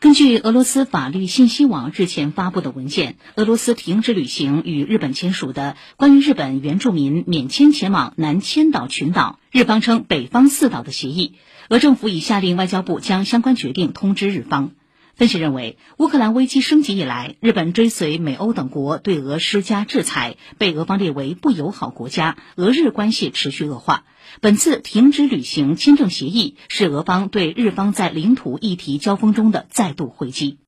根据俄罗斯法律信息网日前发布的文件，俄罗斯停止履行与日本签署的关于日本原住民免签前往南千岛群岛（日方称北方四岛）的协议。俄政府已下令外交部将相关决定通知日方。分析认为，乌克兰危机升级以来，日本追随美欧等国对俄施加制裁，被俄方列为不友好国家，俄日关系持续恶化。本次停止履行签证协议是俄方对日方在领土议题交锋中的再度回击。